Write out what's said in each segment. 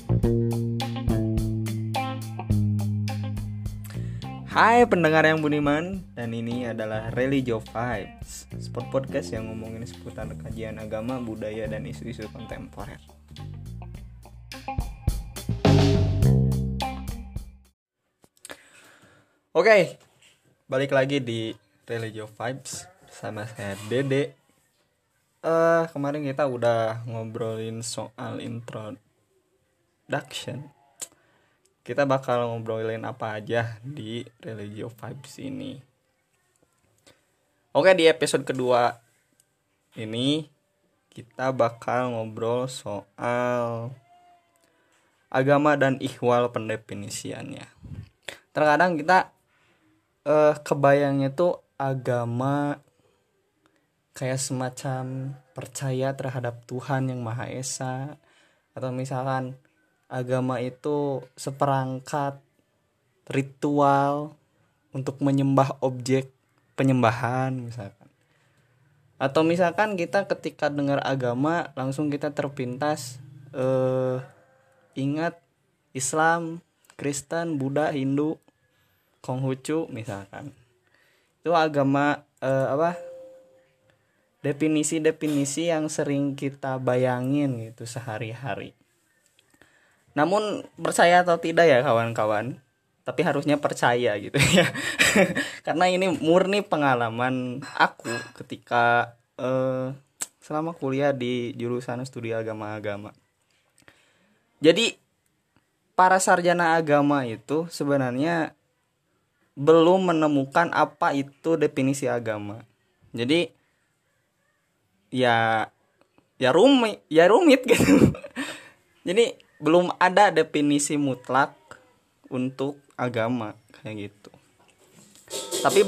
Hai pendengar yang budiman, dan ini adalah Religio Vibes, spot podcast yang ngomongin seputar kajian agama, budaya, dan isu-isu kontemporer. Oke, balik lagi di Religio Vibes sama saya Dede. Kemarin kita udah ngobrolin soal introduction. Kita bakal ngobrolin apa aja di Religio Vibes ini. Oke, di episode kedua ini kita bakal ngobrol soal agama dan ihwal pendefinisiannya. Terkadang kita kebayangnya tuh agama kayak semacam percaya terhadap Tuhan yang Maha Esa, atau misalkan agama itu seperangkat ritual untuk menyembah objek penyembahan misalkan. Atau misalkan kita ketika dengar agama langsung kita terpintas ingat Islam, Kristen, Buddha, Hindu, Konghucu misalkan. Itu agama definisi-definisi yang sering kita bayangin gitu sehari-hari. Namun percaya atau tidak ya kawan-kawan, tapi harusnya percaya gitu ya. Karena ini murni pengalaman aku ketika selama kuliah di jurusan studi agama-agama. Jadi para sarjana agama itu sebenarnya belum menemukan apa itu definisi agama. Jadi ya rumit gitu. Jadi belum ada definisi mutlak untuk agama kayak gitu. Tapi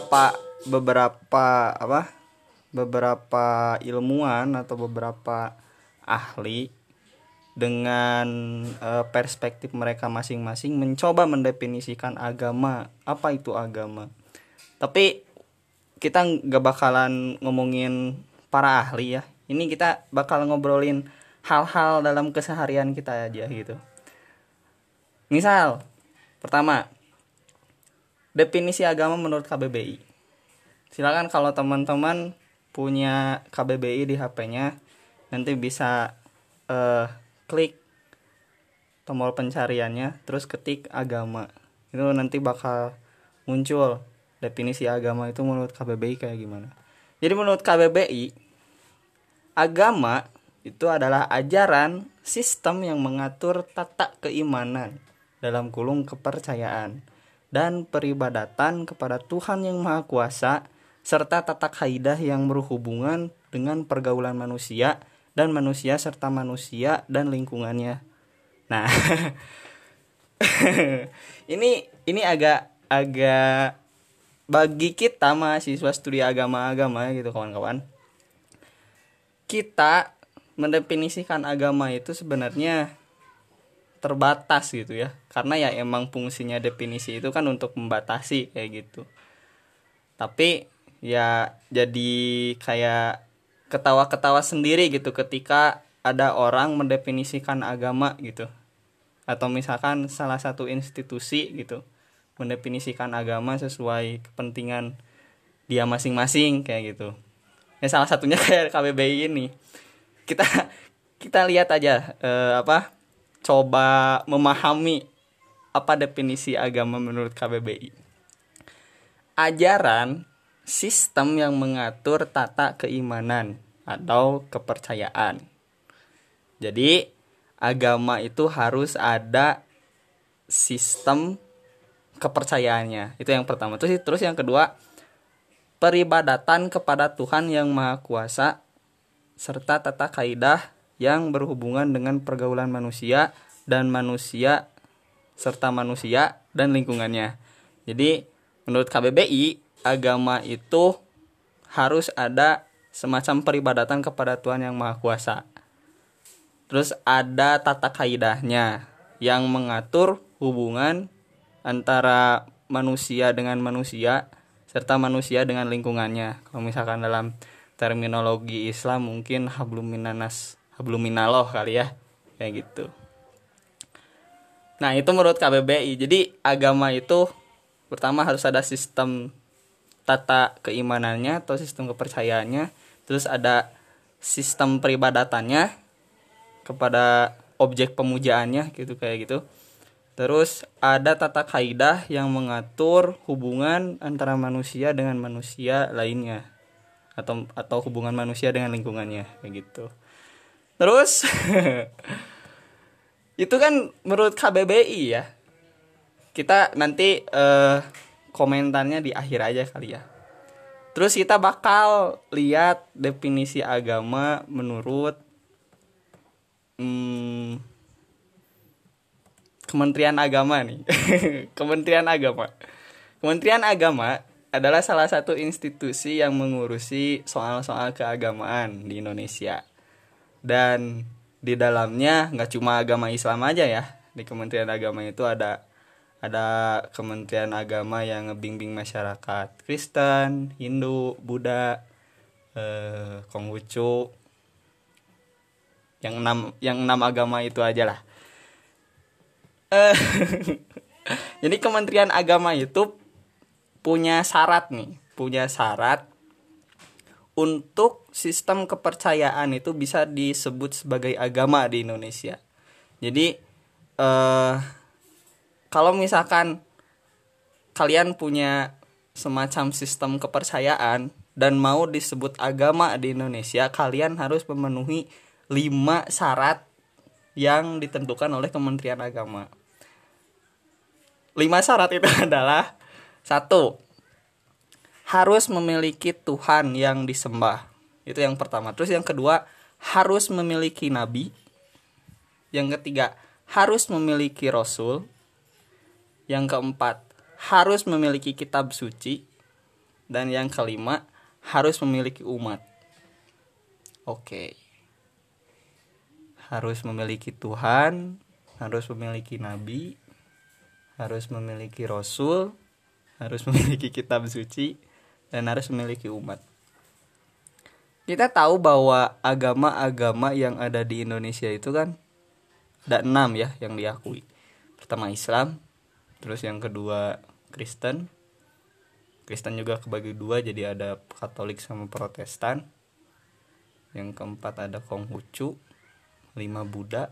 beberapa ilmuwan atau beberapa ahli dengan perspektif mereka masing-masing mencoba mendefinisikan agama, apa itu agama. Tapi kita nggak bakalan ngomongin para ahli ya. Ini kita bakal ngobrolin hal-hal dalam keseharian kita aja gitu. Misal, pertama, definisi agama menurut KBBI. Silakan kalau teman-teman punya KBBI di HP-nya, nanti bisa klik tombol pencariannya, terus ketik agama. Itu nanti bakal muncul definisi agama itu menurut KBBI kayak gimana. Jadi menurut KBBI, agama itu adalah ajaran sistem yang mengatur tata keimanan dalam kurung kepercayaan dan peribadatan kepada Tuhan yang Maha Kuasa, serta tata kaidah yang berhubungan dengan pergaulan manusia dan manusia serta manusia dan lingkungannya. Nah, ini agak bagi kita mahasiswa studi agama-agama gitu kawan-kawan. Kita mendefinisikan agama itu sebenarnya terbatas gitu ya, karena ya emang fungsinya definisi itu kan untuk membatasi kayak gitu. Tapi ya jadi kayak ketawa-ketawa sendiri gitu ketika ada orang mendefinisikan agama gitu, atau misalkan salah satu institusi gitu mendefinisikan agama sesuai kepentingan dia masing-masing kayak gitu. Ya salah satunya kayak KBBI ini. Kita lihat aja coba memahami apa definisi agama menurut KBBI. Ajaran sistem yang mengatur tata keimanan atau kepercayaan. Jadi agama itu harus ada sistem kepercayaannya. Itu yang pertama. Terus yang kedua, peribadatan kepada Tuhan yang Maha Kuasa serta tata kaidah yang berhubungan dengan pergaulan manusia dan manusia serta manusia dan lingkungannya. Jadi menurut KBBI, agama itu harus ada semacam peribadatan kepada Tuhan yang Maha Kuasa. Terus ada tata kaidahnya yang mengatur hubungan antara manusia dengan manusia serta manusia dengan lingkungannya. Kalau misalkan dalam terminologi Islam mungkin hablum minallah kali ya, kayak gitu. Nah, itu menurut KBBI. Jadi agama itu pertama harus ada sistem tata keimanannya atau sistem kepercayaannya, terus ada sistem peribadatannya kepada objek pemujaannya gitu kayak gitu. Terus ada tata kaidah yang mengatur hubungan antara manusia dengan manusia lainnya atau hubungan manusia dengan lingkungannya kayak gitu. Terus itu kan menurut KBBI ya. Kita nanti komentarnya di akhir aja kali ya. Terus kita bakal lihat definisi agama menurut Kementerian Agama nih. Kementerian Agama. Kementerian Agama adalah salah satu institusi yang mengurusi soal-soal keagamaan di Indonesia. Dan di dalamnya nggak cuma agama Islam aja ya. Di Kementerian Agama itu ada Kementerian Agama yang ngebimbing masyarakat Kristen, Hindu, Buddha, Konghucu, yang enam agama itu aja lah. Jadi Kementerian Agama itu punya syarat untuk sistem kepercayaan itu bisa disebut sebagai agama di Indonesia. Jadi kalau misalkan kalian punya semacam sistem kepercayaan dan mau disebut agama di Indonesia, kalian harus memenuhi 5 syarat yang ditentukan oleh Kementerian Agama. 5 syarat itu adalah 1. Harus memiliki Tuhan yang disembah. Itu yang pertama. Terus yang kedua, harus memiliki nabi. Yang ketiga, harus memiliki rasul. Yang keempat, harus memiliki kitab suci. Dan yang kelima, harus memiliki umat. Oke. Harus memiliki Tuhan, harus memiliki nabi, harus memiliki rasul, harus memiliki kitab suci, dan harus memiliki umat. Kita tahu bahwa agama-agama yang ada di Indonesia itu kan ada 6 ya yang diakui. Pertama Islam, terus yang kedua Kristen. Kristen juga kebagi 2, jadi ada Katolik sama Protestan. Yang keempat ada Konghucu, 5 Buddha,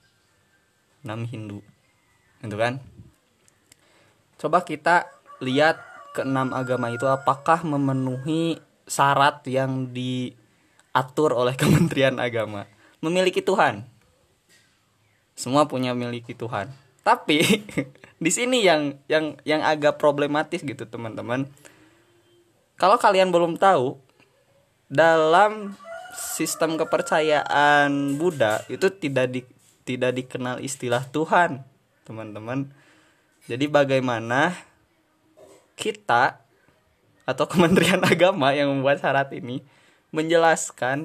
6 Hindu. Itu kan? Coba kita lihat ke-6 agama itu apakah memenuhi syarat yang diatur oleh Kementerian Agama. Memiliki Tuhan. Semua punya miliki Tuhan. Tapi di sini yang agak problematis gitu teman-teman. Kalau kalian belum tahu, dalam sistem kepercayaan Buddha itu tidak dikenal istilah Tuhan, teman-teman. Jadi bagaimana kita atau Kementerian Agama yang membuat syarat ini menjelaskan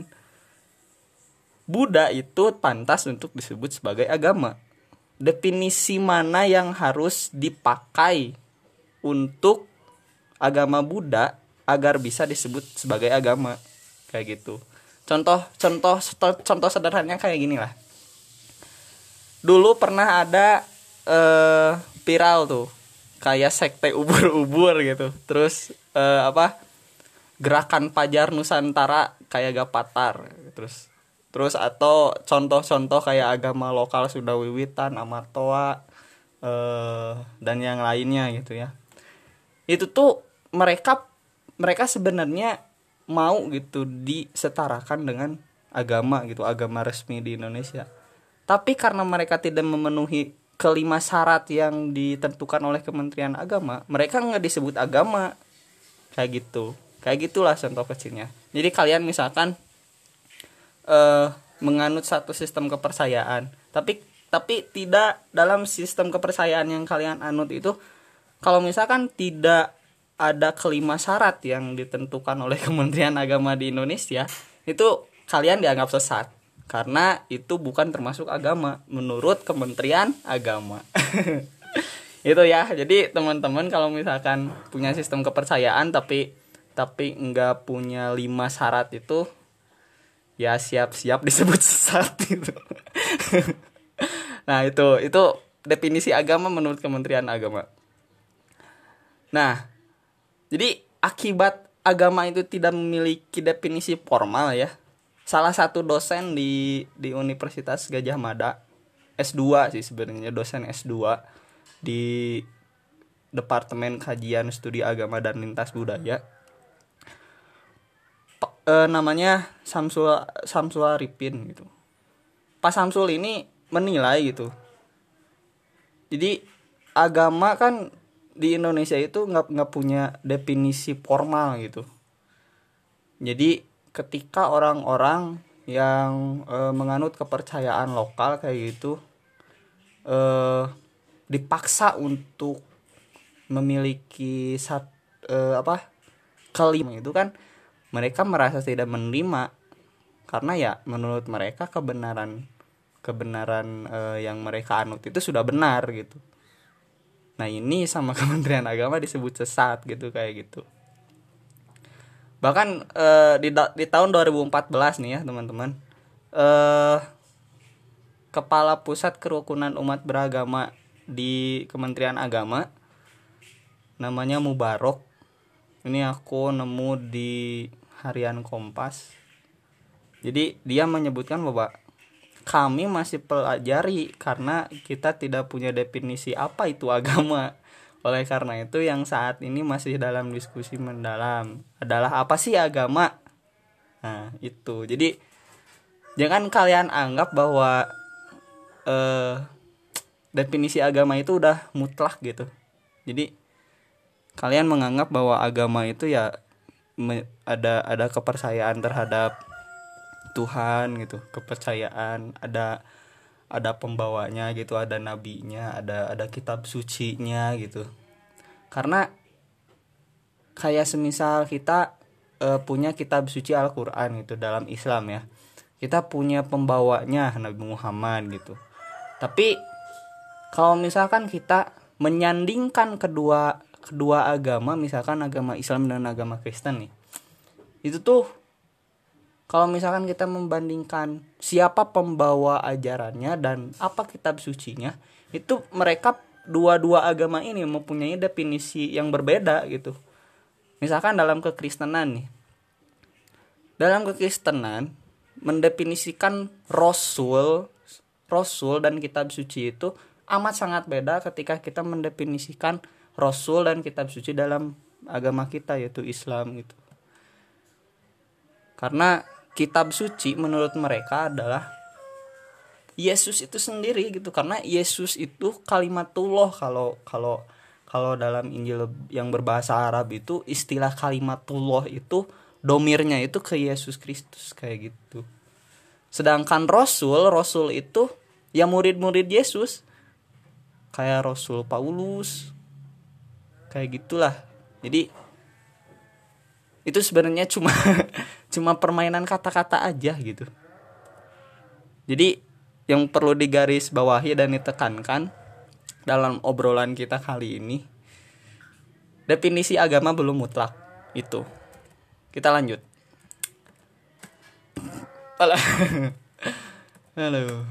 Buddha itu pantas untuk disebut sebagai agama. Definisi mana yang harus dipakai untuk agama Buddha agar bisa disebut sebagai agama, kayak gitu. Contoh sederhananya kayak gini lah. Dulu pernah ada viral tuh kayak sekte ubur-ubur gitu. Terus gerakan Pajar Nusantara kayak Gapatar. Terus atau contoh-contoh kayak agama lokal Sunda Wiwitan, Amatoa, dan yang lainnya gitu ya. Itu tuh mereka sebenarnya mau gitu disetarakan dengan agama gitu, agama resmi di Indonesia. Tapi karena mereka tidak memenuhi kelima syarat yang ditentukan oleh Kementerian Agama, mereka nggak disebut agama, kayak gitu. Kayak gitulah contoh kecilnya. Jadi kalian misalkan menganut satu sistem kepercayaan, tapi tidak dalam sistem kepercayaan yang kalian anut itu, kalau misalkan tidak ada kelima syarat yang ditentukan oleh Kementerian Agama di Indonesia, itu kalian dianggap sesat karena itu bukan termasuk agama menurut Kementerian Agama. Itu ya. Jadi teman-teman kalau misalkan punya sistem kepercayaan tapi enggak punya 5 syarat itu, ya siap-siap disebut sesat gitu. Nah, itu definisi agama menurut Kementerian Agama. Nah, jadi akibat agama itu tidak memiliki definisi formal ya. Salah satu dosen di Universitas Gadjah Mada, S2 sih sebenarnya, dosen S2 di Departemen Kajian Studi Agama dan Lintas Budaya. Namanya Samsul Arifin gitu. Pak Samsul ini menilai gitu. Jadi agama kan di Indonesia itu nggak punya definisi formal gitu. Jadi ketika orang-orang yang menganut kepercayaan lokal kayak gitu dipaksa untuk memiliki kelima itu kan mereka merasa tidak menerima, karena ya menurut mereka kebenaran yang mereka anut itu sudah benar gitu. Nah ini sama Kementerian Agama disebut sesat gitu kayak gitu. Bahkan di tahun 2014 nih ya teman-teman, Kepala Pusat Kerukunan Umat Beragama di Kementerian Agama namanya Mubarok. Ini aku nemu di Harian Kompas. Jadi dia menyebutkan bahwa kami masih pelajari karena kita tidak punya definisi apa itu agama. Oleh karena itu yang saat ini masih dalam diskusi mendalam adalah apa sih agama. Nah itu. Jadi jangan kalian anggap bahwa definisi agama itu udah mutlak gitu. Jadi kalian menganggap bahwa agama itu ya ada kepercayaan terhadap Tuhan gitu, kepercayaan ada pembawanya gitu, ada nabinya, ada kitab sucinya gitu. Karena kayak semisal kita punya kitab suci Al-Qur'an gitu dalam Islam ya. Kita punya pembawanya Nabi Muhammad gitu. Tapi kalau misalkan kita menyandingkan kedua agama, misalkan agama Islam dan agama Kristen nih, itu tuh kalau misalkan kita membandingkan siapa pembawa ajarannya dan apa kitab sucinya, itu mereka dua agama ini mempunyai definisi yang berbeda gitu. Misalkan dalam kekristenan nih, dalam kekristenan mendefinisikan rasul dan kitab suci itu amat sangat beda ketika kita mendefinisikan rasul dan kitab suci dalam agama kita yaitu Islam gitu. Karena kitab suci menurut mereka adalah Yesus itu sendiri gitu, karena Yesus itu kalimatullah. Kalau dalam Injil yang berbahasa Arab itu istilah kalimatullah itu domirnya itu ke Yesus Kristus kayak gitu. Sedangkan rasul itu ya murid-murid Yesus, kayak Rasul Paulus kayak gitulah. Jadi itu sebenarnya cuma permainan kata-kata aja gitu. Jadi yang perlu digaris bawahi dan ditekankan dalam obrolan kita kali ini, definisi agama belum mutlak itu. Kita lanjut. Halo.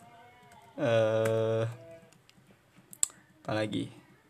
Apa lagi?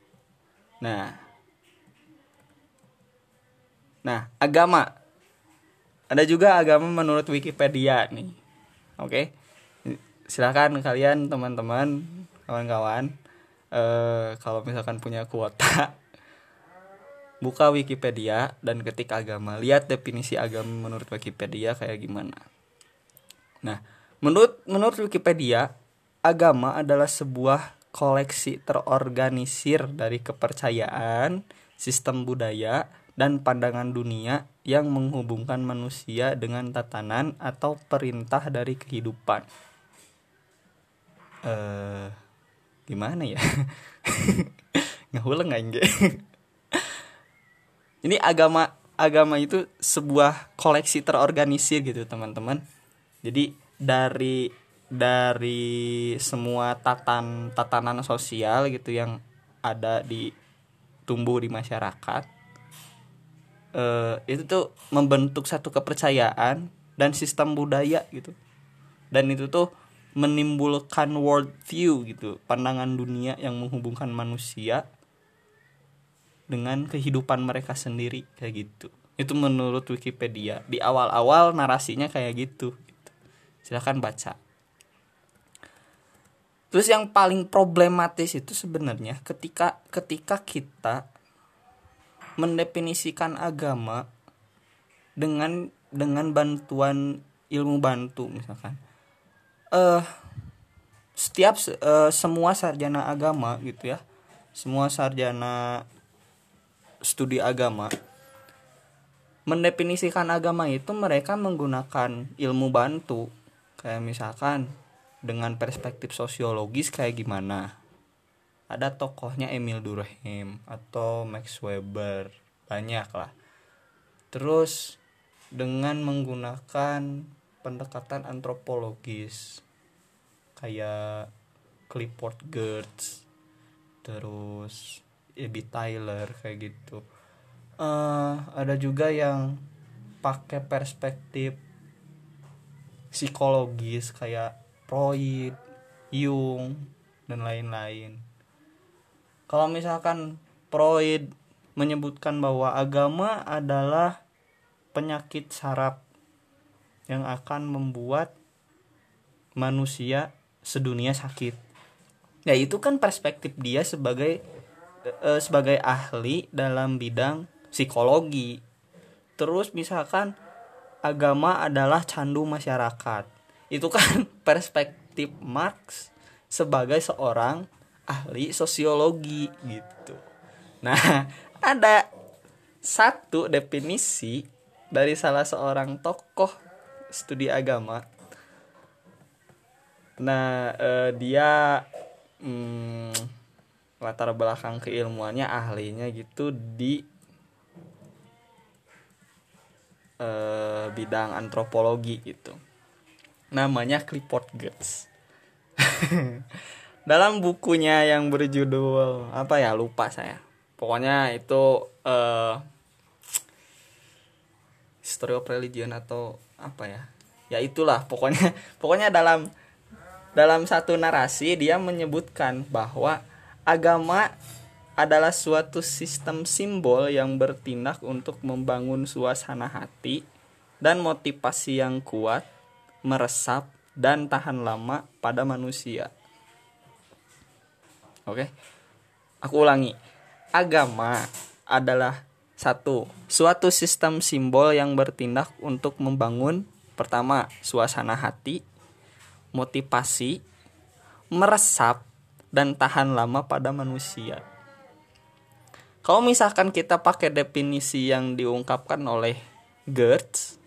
Nah, agama. Ada juga agama menurut Wikipedia nih. Oke. Silakan kalian teman-teman, kawan-kawan, kalau misalkan punya kuota, buka Wikipedia dan ketik agama. Lihat definisi agama menurut Wikipedia kayak gimana. Nah, menurut Wikipedia, agama adalah sebuah koleksi terorganisir dari kepercayaan, sistem budaya, dan pandangan dunia yang menghubungkan manusia dengan tatanan atau perintah dari kehidupan. Gimana ya? Ngahuleng enggak? Ini agama itu sebuah koleksi terorganisir gitu, teman-teman. Jadi dari semua tatanan sosial gitu yang ada tumbuh di masyarakat, itu tuh membentuk satu kepercayaan dan sistem budaya gitu. Dan itu tuh menimbulkan world view gitu, pandangan dunia yang menghubungkan manusia dengan kehidupan mereka sendiri kayak gitu. Itu menurut Wikipedia. Di awal-awal narasinya kayak gitu. Silakan baca. Terus yang paling problematis itu sebenarnya ketika kita mendefinisikan agama dengan bantuan ilmu bantu misalkan. Semua sarjana agama gitu ya. Semua sarjana studi agama mendefinisikan agama itu mereka menggunakan ilmu bantu. Kayak misalkan dengan perspektif sosiologis kayak gimana. Ada tokohnya Emil Durkheim atau Max Weber, banyak lah. Terus dengan menggunakan pendekatan antropologis kayak Clifford Geertz, terus E.B. Tylor kayak gitu. Ada juga yang pakai perspektif psikologis kayak Freud, Jung, dan lain-lain. Kalau misalkan Freud menyebutkan bahwa agama adalah penyakit saraf yang akan membuat manusia sedunia sakit. Ya itu kan perspektif dia sebagai ahli dalam bidang psikologi. Terus misalkan agama adalah candu masyarakat. Itu kan perspektif Marx sebagai seorang ahli sosiologi gitu. Nah, ada satu definisi dari salah seorang tokoh studi agama. Nah, dia latar belakang keilmuannya ahlinya gitu di bidang antropologi gitu. Namanya Clifford Geertz. Dalam bukunya yang berjudul apa ya, lupa saya. Pokoknya itu History of Religion atau apa ya. Ya itulah pokoknya dalam satu narasi dia menyebutkan bahwa agama adalah suatu sistem simbol yang bertindak untuk membangun suasana hati dan motivasi yang kuat, meresap dan tahan lama pada manusia. Oke, aku ulangi. Agama adalah suatu sistem simbol yang bertindak untuk membangun pertama suasana hati, motivasi, meresap dan tahan lama pada manusia. Kalau misalkan kita pakai definisi yang diungkapkan oleh Geertz,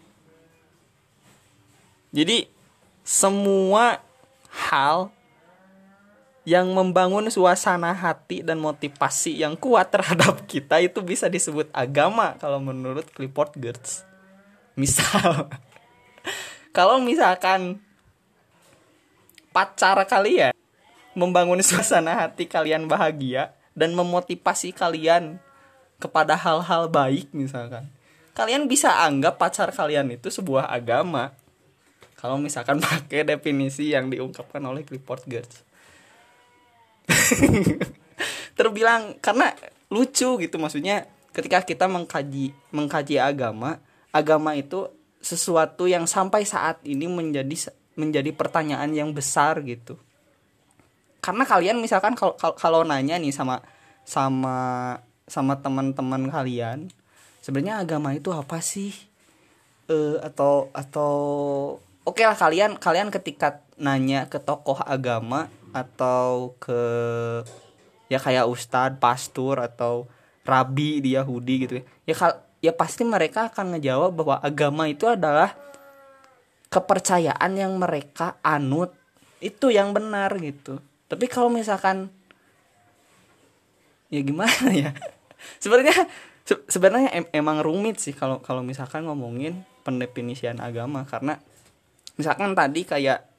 jadi semua hal yang membangun suasana hati dan motivasi yang kuat terhadap kita itu bisa disebut agama kalau menurut Clifford Geertz. Misal, kalau misalkan pacar kalian membangun suasana hati kalian bahagia dan memotivasi kalian kepada hal-hal baik misalkan, kalian bisa anggap pacar kalian itu sebuah agama. Kalau misalkan pakai definisi yang diungkapkan oleh Clifford Geertz. Terbilang karena lucu gitu, maksudnya ketika kita mengkaji agama itu sesuatu yang sampai saat ini menjadi pertanyaan yang besar gitu. Karena kalian misalkan kalau nanya nih sama teman-teman kalian, sebenarnya agama itu apa sih? Atau oke lah, kalian ketika nanya ke tokoh agama atau ke ya kayak ustadz, pastor atau rabi di Yahudi gitu ya pasti mereka akan ngejawab bahwa agama itu adalah kepercayaan yang mereka anut, itu yang benar gitu. Tapi kalau misalkan ya gimana ya, sebenarnya emang rumit sih kalau misalkan ngomongin pendefinisian agama, karena misalkan tadi kayak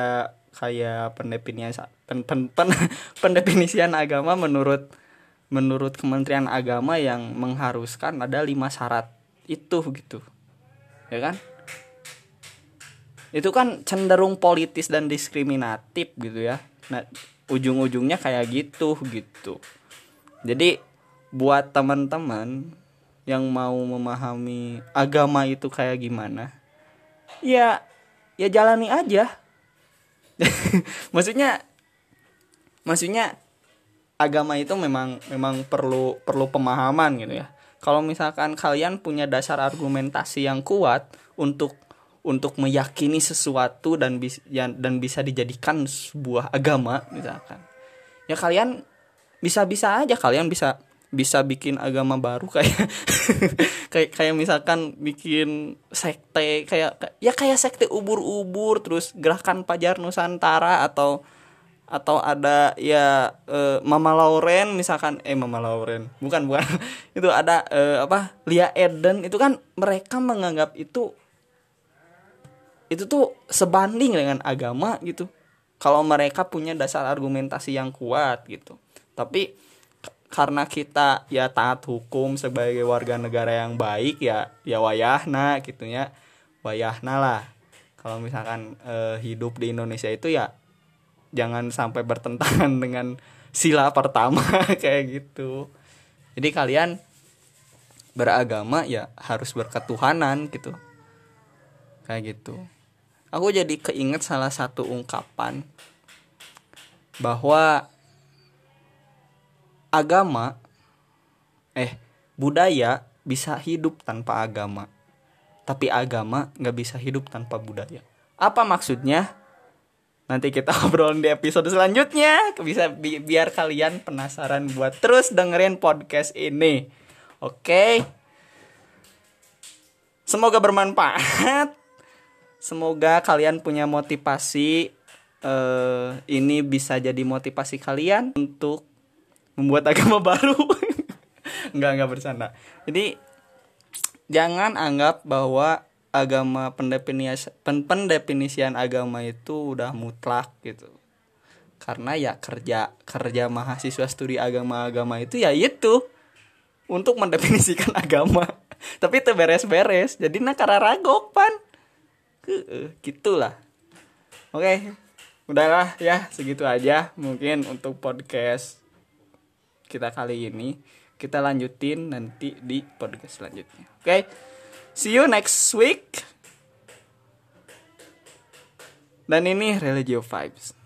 pendefinisian agama menurut Kementerian Agama yang mengharuskan ada 5 syarat itu gitu, ya kan? itu kan cenderung politis dan diskriminatif gitu ya. Nah, ujung-ujungnya kayak gitu. Jadi buat teman-teman yang mau memahami agama itu kayak gimana, ya jalani aja. maksudnya agama itu memang perlu pemahaman gitu ya. Kalau misalkan kalian punya dasar argumentasi yang kuat untuk meyakini sesuatu dan bisa dijadikan sebuah agama misalkan, ya kalian bisa aja kalian bisa bikin agama baru kayak kayak misalkan bikin sekte kayak sekte ubur-ubur, terus gerakan Pajar Nusantara atau ada ya Mama Lauren misalkan, Mama Lauren bukan itu ada Lia Eden. Itu kan mereka menganggap itu tuh sebanding dengan agama gitu, kalau mereka punya dasar argumentasi yang kuat gitu. Tapi karena kita ya taat hukum sebagai warga negara yang baik, ya wayahna gitunya, wayahna lah kalau misalkan hidup di Indonesia itu ya jangan sampai bertentangan dengan sila pertama kayak gitu. Jadi kalian beragama ya harus berketuhanan gitu, kayak gitu. Aku jadi keinget salah satu ungkapan bahwa budaya bisa hidup tanpa agama, tapi agama gak bisa hidup tanpa budaya. Apa maksudnya? Nanti kita obrolin di episode selanjutnya. Biar kalian penasaran buat terus dengerin podcast ini. Oke. Semoga bermanfaat. Semoga kalian punya motivasi. Ini bisa jadi motivasi kalian untuk membuat agama baru. Enggak bercanda. Jadi jangan anggap bahwa agama pendefinisian agama itu udah mutlak gitu. Karena ya kerja mahasiswa studi agama itu ya itu untuk mendefinisikan agama. Tapi itu beres-beres. Jadi kararagok pan. Gitulah. Oke. Udahlah ya, segitu aja mungkin untuk podcast kita kali ini. Kita lanjutin nanti di podcast selanjutnya. Oke. See you next week. Dan ini Religio Vibes.